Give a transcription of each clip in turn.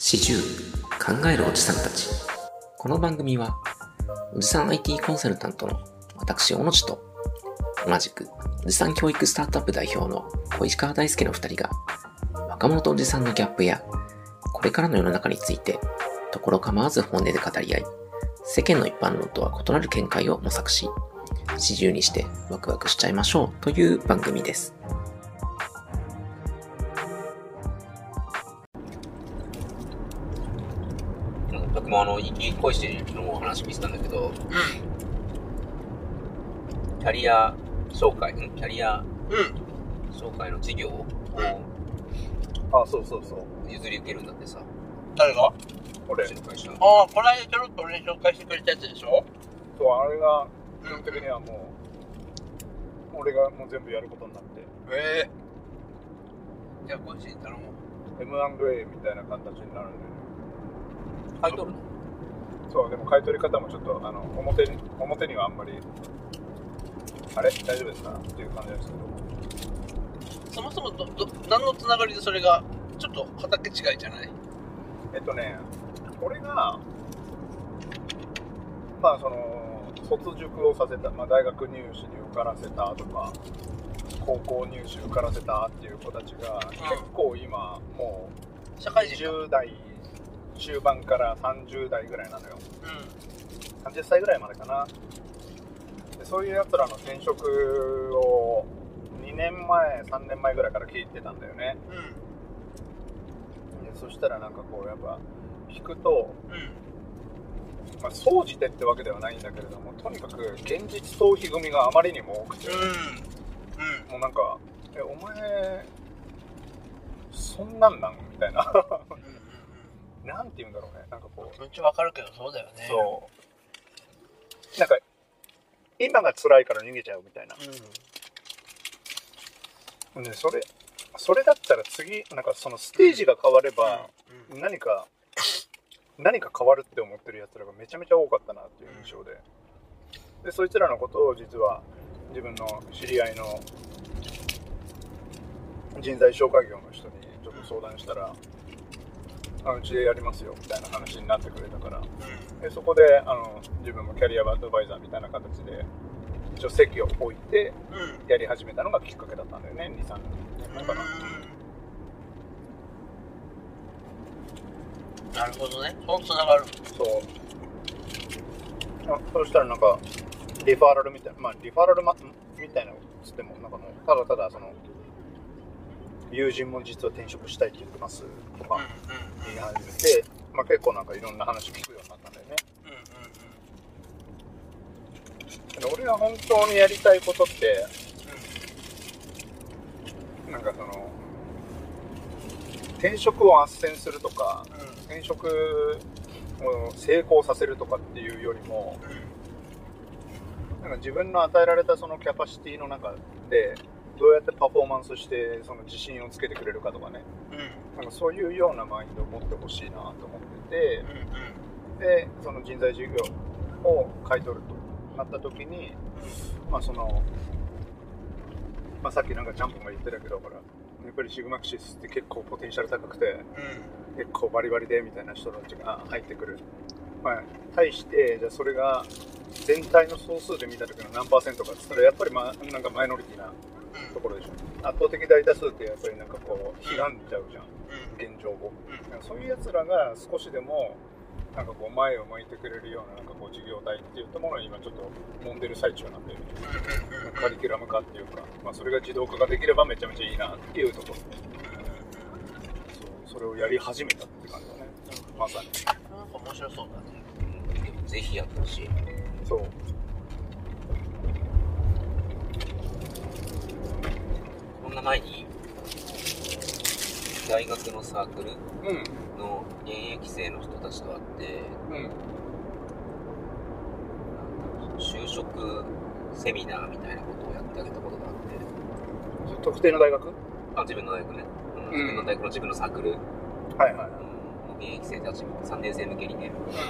始終考えるおじさんたち。この番組はおじさん IT コンサルタントの私小野地と同じくおじさん教育スタートアップ代表の小石川大輔の2人が若者とおじさんのギャップやこれからの世の中について所構わず本音で語り合い、世間の一般論とは異なる見解を模索し、始終にしてワクワクしちゃいましょうという番組です。僕も生き恋してのお話見せたんだけど、キャリア紹介の事業を、 そう譲り受けるんだってさ。 誰が？ 俺紹介したの。 この間ちょろっと俺に紹介してくれたやつでしょ？ そう、あれが基本的にはもう、俺がもう全部やることになって、 じゃあこっちに頼もう。 M&A みたいな形になるんで、 買い取るの？ そう、でも買い取り方もちょっと表にはあんまり大丈夫ですかっていう感じですけど、 そもそも何のつながりでそれがちょっと畑違いじゃない？ 俺が卒塾をさせた、大学入試に受からせたとか高校入試受からせたっていう子たちが、結構今もう社会人 20代中盤から30代ぐらいなのよ、30歳ぐらいまでかな。でそういうやつらの転職を2年前3年前ぐらいから聞いてたんだよね、でそしたらなんかこうやっぱ聞くと、総じてってわけではないんだけれども、とにかく現実逃避組があまりにも多くて、もうなんかお前そんなんなんみたいななんて言うんだろうね、なんかこう気持ちわかるけどそうだよね。 そうなんか今が辛いから逃げちゃうみたいな、でそれだったら次なんかそのステージが変われば何か変わるって思ってるやつらがめちゃめちゃ多かったなっていう印象で、そいつらのことを実は自分の知り合いの人材紹介業の人にちょっと相談したら、うちでやりますよみたいな話になってくれたから、でそこで自分もキャリアアドバイザーみたいな形で一応席を置いてやり始めたのがきっかけだったんだよね、2、3年前かな。 なるほどね。そうつながる。 そうしたらなんかリファラルみたいな、リファラルみたいなのつってもなんかもうただその友人も実は転職したいって言ってますとか言い始めて、結構なんかいろんな話聞くようになったんだよね。俺が本当にやりたいことって、なんかその転職を斡旋するとか、転職を成功させるとかっていうよりも、なんか自分の与えられたそのキャパシティの中でどうやってパフォーマンスしてその自信をつけてくれるかとかね、なんかそういうようなマインドを持ってほしいなと思ってて、でその人材事業を買い取るとなった時に、さっきなんかジャンプも言ってたけど、ほらやっぱりシグマクシスって結構ポテンシャル高くて、結構バリバリでみたいな人たちが入ってくる、対してじゃあそれが全体の総数で見た時の何%かって言ったらやっぱりなんかマイノリティなところでしょ。圧倒的大多数ってやっぱりなんかこうひがんじゃうじゃん、現状を、そういうやつらが少しでもなんかこう前を向いてくれるようななんかこう事業体っていうとものを今ちょっと揉んでる最中なんで、カリキュラム化っていうか、それが自動化ができればめちゃめちゃいいなっていうところで、それをやり始めたって感じだね、まさに。 なんか面白そうだね。 ぜひやってほしい。 そう。 そんな前に大学のサークルの現役生の人たちと会って、就職セミナーみたいなことをやってあげたことがあって。 特定の大学？ 自分の大学ね、自分の大学の自分のサークル、現役生たちも3年生向けにね、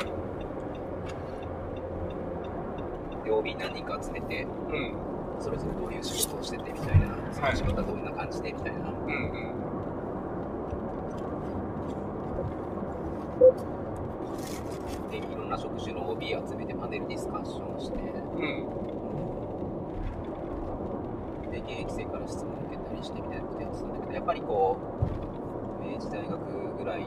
曜日何人か集めて、それぞれどういう仕事をしててみたいな、その仕事はどんな感じでみたいな、 種の OB 集めてパネルディスカッションして、で現役生から質問を受けたりしてみたいなことやってたんだけど、やっぱりこう明治大学ぐらいの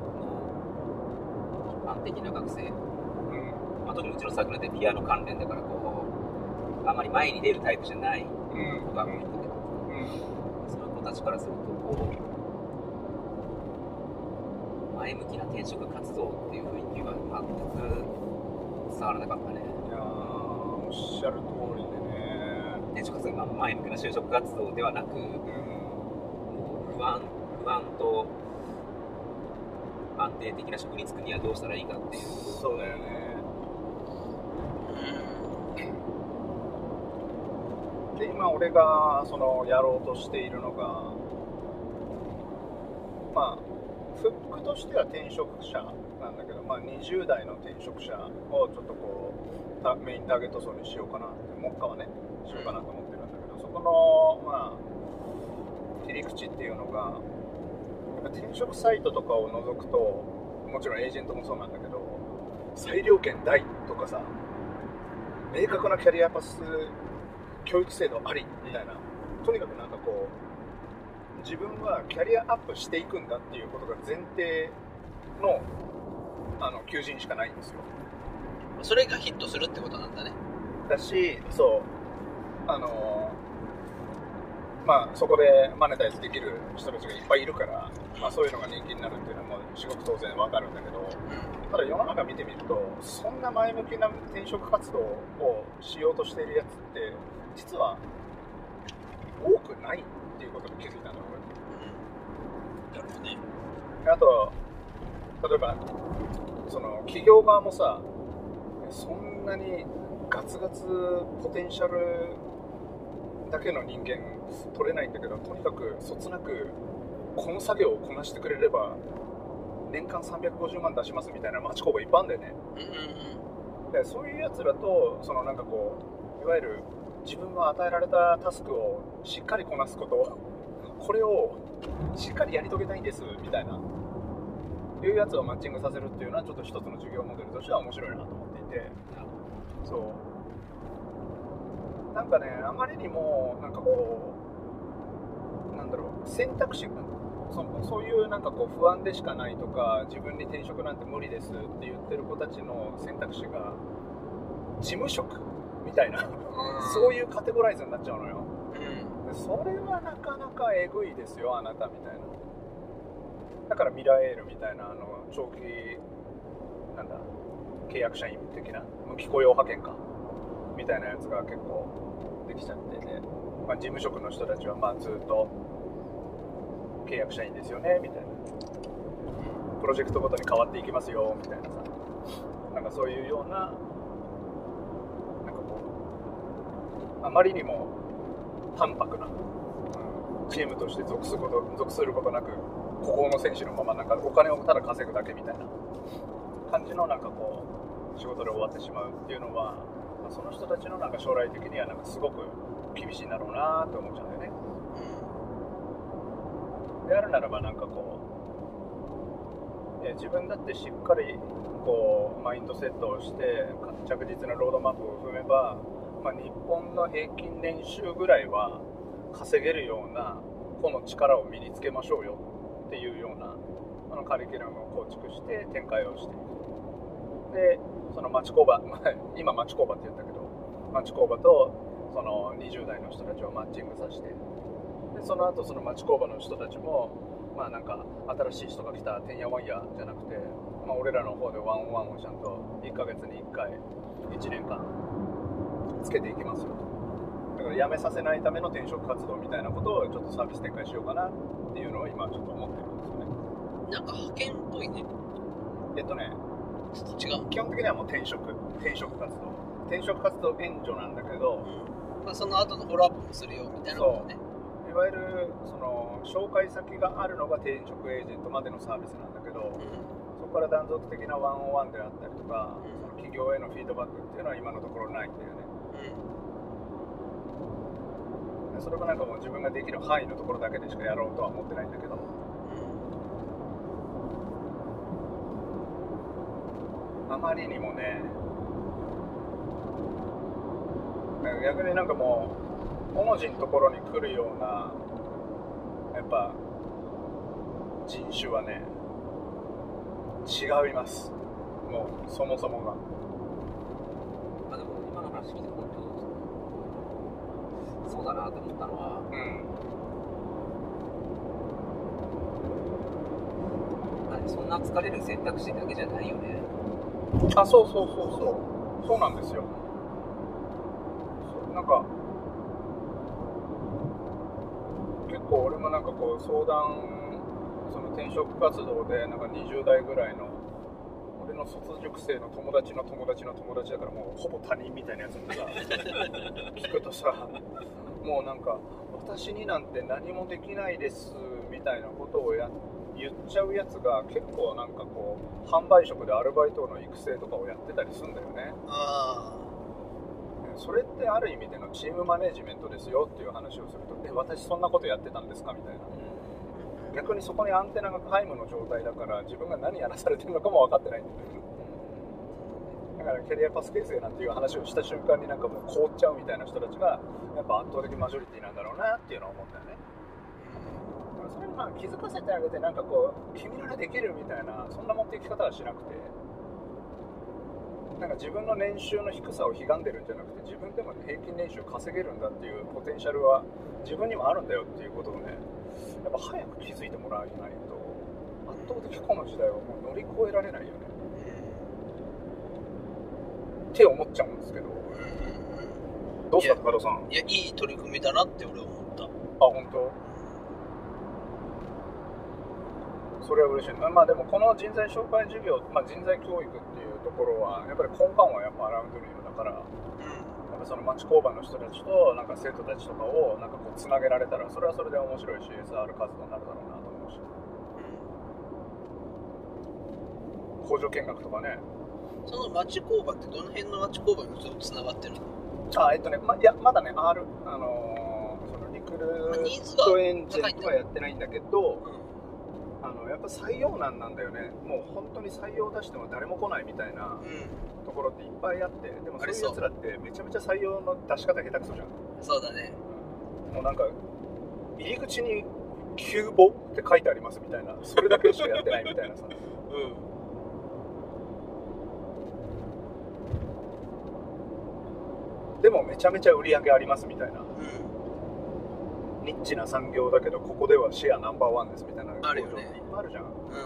一般的な学生、特にうちのサークルでピアノ関連だからこうあまり前に出るタイプじゃない子が多いんだけど、その子たちからするとこう前向きな転職活動っていう雰囲気が全く伝わらなかったね。 いやおっしゃる通りでね、 転職活動が前向きな就職活動ではなく、もう不安と安定的な職に就くにはどうしたらいいかっていう。 そうだよね。で今俺がそのやろうとしているのが、まあフックとしては転職者なんだけど、まあ、20代の転職者をちょっとこうメインターゲット層にしようかなって、目下はねしようかなと思ってるんだけど、そこのまあ切り口っていうのが、転職サイトとかを除くと、もちろんエージェントもそうなんだけど、裁量権大とかさ、明確なキャリアパス教育制度ありみたいな、とにかくなんかこう自分はキャリアアップしていくんだっていうことが前提の求人しかないんですよ。 それがヒットするってことなんだね。 だし、そうまあそこでマネタイズできる人たちがいっぱいいるから、まあ、そういうのが人気になるっていうのはもう至極当然わかるんだけど、ただ世の中見てみると、そんな前向きな転職活動をしようとしているやつって実は多くないっていうことに気づいたの。 なるほどね。 あと例えばその企業側もさ、そんなにガツガツポテンシャルだけの人間取れないんだけど、とにかくそつなくこの作業をこなしてくれれば年間350万出しますみたいな町工場いっぱいあるんだよね。でそういうやつらと、そのなんかこういわゆる自分が与えられたタスクをしっかりこなすこと、これをしっかりやり遂げたいんですみたいないうやつをマッチングさせるっていうのは、ちょっと一つの授業モデルとしては面白いなと思っていて、そうなんかね、あまりにもなんかこうなんだろう、選択肢がそういうなんかこう不安でしかないとか、自分に転職なんて無理ですって言ってる子たちの選択肢が事務職みたいなそういうカテゴライズになっちゃうのよ。でそれはなかなかえぐいですよ、あなたみたいな。だからミラーエールみたいな長期なんだ契約社員的な無期雇用派遣かみたいなやつが結構できちゃってて、まあ、事務職の人たちはまあずっと契約社員ですよねみたいな、プロジェクトごとに変わっていきますよみたいなさ、なんかそういうような、なんかこうあまりにも淡白な、チームとして属することなく孤高の選手のままなんかお金をただ稼ぐだけみたいな感じのなんかこう仕事で終わってしまうっていうのは、その人たちのなんか将来的にはなんかすごく厳しいんだろうなって思っちゃうんだよね。であるならばなんかこう自分だってしっかりこうマインドセットをして着実なロードマップを踏めば、まあ、日本の平均年収ぐらいは稼げるような個の力を身につけましょうよっていうようなカリキュラムを構築して展開をしていく。でその町工場今町工場って言ったけど、町工場とその20代の人たちをマッチングさせて、でその後その町工場の人たちもまあなんか新しい人が来たてんやわんやじゃなくて、まあ、俺らの方でワンオンワンをちゃんと1ヶ月に1回1年間つけていきますよと。だから辞めさせないための転職活動みたいなことをちょっとサービス展開しようかなっていうのを今ちょっと思ってるんですよね。 なんか派遣っぽいね。 ちょっと違う。 基本的にはもう転職活動援助なんだけど、 まあ、その後のフォローアップもするよみたいなことね。 いわゆるその紹介先があるのが転職エージェントまでのサービスなんだけど、そこから断続的なワンオンワンであったりとか、その企業へのフィードバックっていうのは今のところないんだよね。でそれもなんかもう自分ができる範囲のところだけでしかやろうとは思ってないんだけど、 あまりにもね、逆になんかもう、おのじのところに来るような、やっぱ、人種はね、違います。もう、そもそもが。 でも今の話聞いて本当、そうだなと思ったのは、そんな疲れる選択肢だけじゃないよね。 そうなんですよ。なんか結構俺もなんかこう相談、その転職活動でなんか20代ぐらいの俺の卒塾生の友達の友達の友達だからもうほぼ他人みたいなやつにさ聞くとさ、もうなんか私になんて何もできないですみたいなことを言っちゃうやつが結構なんかこう販売職でアルバイトの育成とかをやってたりするんだよね。それってある意味でのチームマネジメントですよっていう話をすると、私そんなことやってたんですかみたいな。逆にそこにアンテナが皆無の状態だから自分が何やらされてるのかも分かってないんだよね。だからキャリアパス形成なんていう話をした瞬間になんかもう凍っちゃうみたいな人たちがやっぱ圧倒的マジョリティなんだろうなっていうのは思ったよね。それをまあ気づかせてあげて、なんかこう君ならできるみたいな、そんな持っていき方はしなくて、なんか自分の年収の低さを悲願でるんじゃなくて、自分でも平均年収稼げるんだっていうポテンシャルは自分にもあるんだよっていうことをね、やっぱ早く気づいてもらわないと圧倒的この時代はもう乗り越えられないよね、って思っちゃうんですけど、どうした高田さん。 いや、いい取り組みだなって俺は思った。 本当？それは嬉しい。まあでもこの人材紹介事業、人材教育っていうところはやっぱり根幹はやっぱアラウンドリームだから、やっぱその町工場の人たちとなんか生徒たちとかをなんかこうつなげられたら、それはそれで面白い CSR 活動になるだろうなと思うし、工場見学とかね。 その町工場ってどの辺の町工場につながってるの？ いやまだね、そのリクルートエンジンとはやってないんだけど、やっぱ採用難なんだよね。もう本当に採用出しても誰も来ないみたいなところっていっぱいあって、でもそういうやつらってめちゃめちゃ採用の出し方下手くそじゃん。 そうだね。 もうなんか入り口に急募って書いてありますみたいな、それだけしかやってないみたいなさでもめちゃめちゃ売り上げありますみたいな、ニッチな産業だけどここではシェアナンバーワンですみたいなあるよね。 いっぱいあるじゃん。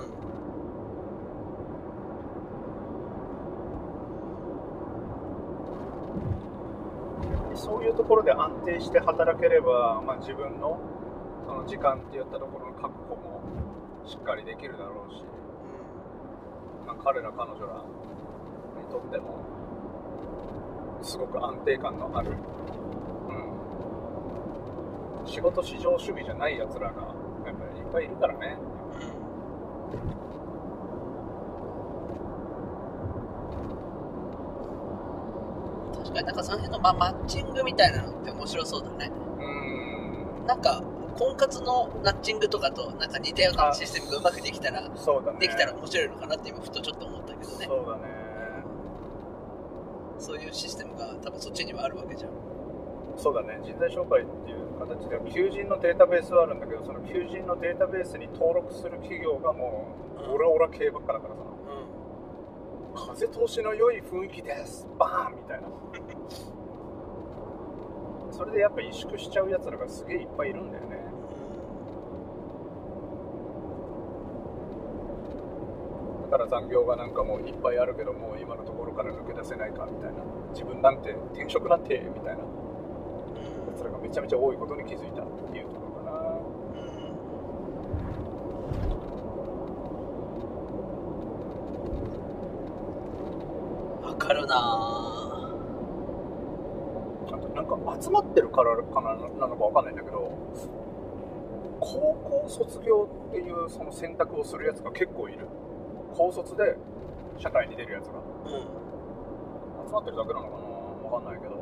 そういうところで安定して働ければ、自分のその時間っていったところの確保もしっかりできるだろうし、彼ら彼女らにとってもすごく安定感のある、仕事至上主義じゃないやつらがやっぱりいっぱいいるからね。 確かになんかその辺の、マッチングみたいなのって面白そうだね。なんか婚活のマッチングとかとなんか似たようなシステムがうまくできたら、できたら面白いのかなって今ふとちょっと思ったけどね。 そうだね。 そういうシステムが多分そっちにはあるわけじゃん。 そうだね。人材紹介っていう形では求人のデータベースはあるんだけど、その求人のデータベースに登録する企業がもうオラオラ系ばっかだからさ、風通しの良い雰囲気ですバーンみたいなそれでやっぱ萎縮しちゃうやつらがすげえいっぱいいるんだよね。だから残業がなんかもういっぱいあるけどもう今のところから抜け出せないかみたいな、自分なんて転職なんてみたいなやつらがめちゃめちゃ多いことに気づいたっていうところかな。 わかるな。 あとなんか集まってるからかなのかわかんないんだけど、高校卒業っていうその選択をするやつが結構いる。高卒で社会に出るやつが、集まってるだけなのかなわかんないけど、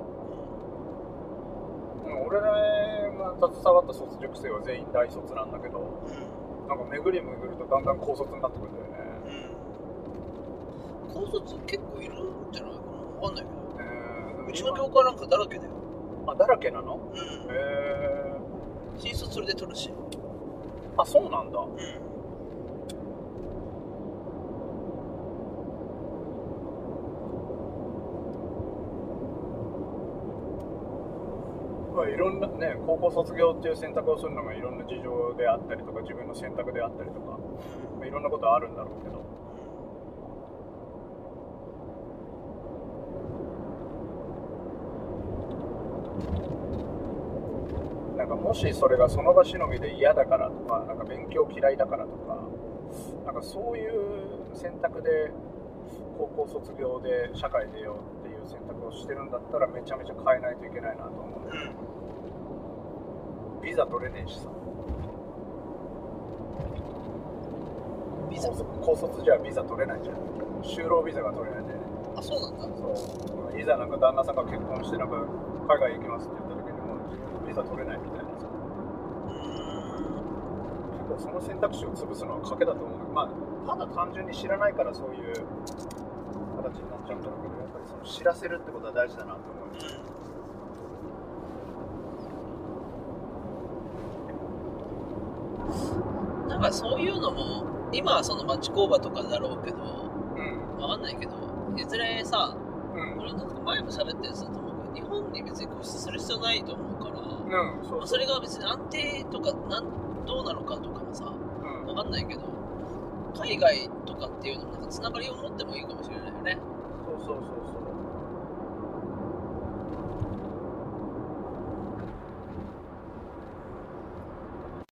俺が携わった卒塾生は全員大卒なんだけど、なんか巡り巡るとだんだん高卒になってくるんだよね。 高卒結構いるんじゃないかな、わかんないけど、うちの業界なんかだらけだよ。 あ、だらけなの？ うん。新卒それで取るし。 あ、そうなんだ。いろんなね、高校卒業っていう選択をするのがいろんな事情であったりとか、自分の選択であったりとか、いろんなことあるんだろうけど、なんかもしそれがその場しのぎで嫌だからとか、なんか勉強嫌いだからとか、なんかそういう選択で高校卒業で社会出ようっていう選択をしてるんだったらめちゃめちゃ変えないといけないなと思う。ビザ取れねえしさ。ビザ高卒じゃビザ取れないじゃん。就労ビザが取れないんだよね。 あ、そうなんだ。 そう。いざなんか旦那さんが結婚してなんか海外行きますって言った時にもビザ取れないみたいなさ。結構その選択肢を潰すのは賭けだと思う。まあただ単純に知らないからそういう形になっちゃうんだろうけど、やっぱりその知らせるってことは大事だなと思う。 なんかそういうのも今はその町工場とかだろうけど、わかんないけど、いずれさ、俺なんか前も喋ったやつだと思うけど、日本に別に固執する必要ないと思うから、それが別に安定とかどうなのかとかもさ、わかんないけど、海外とかっていうのもなんかつながりを持ってもいいかもしれないよね。 そう。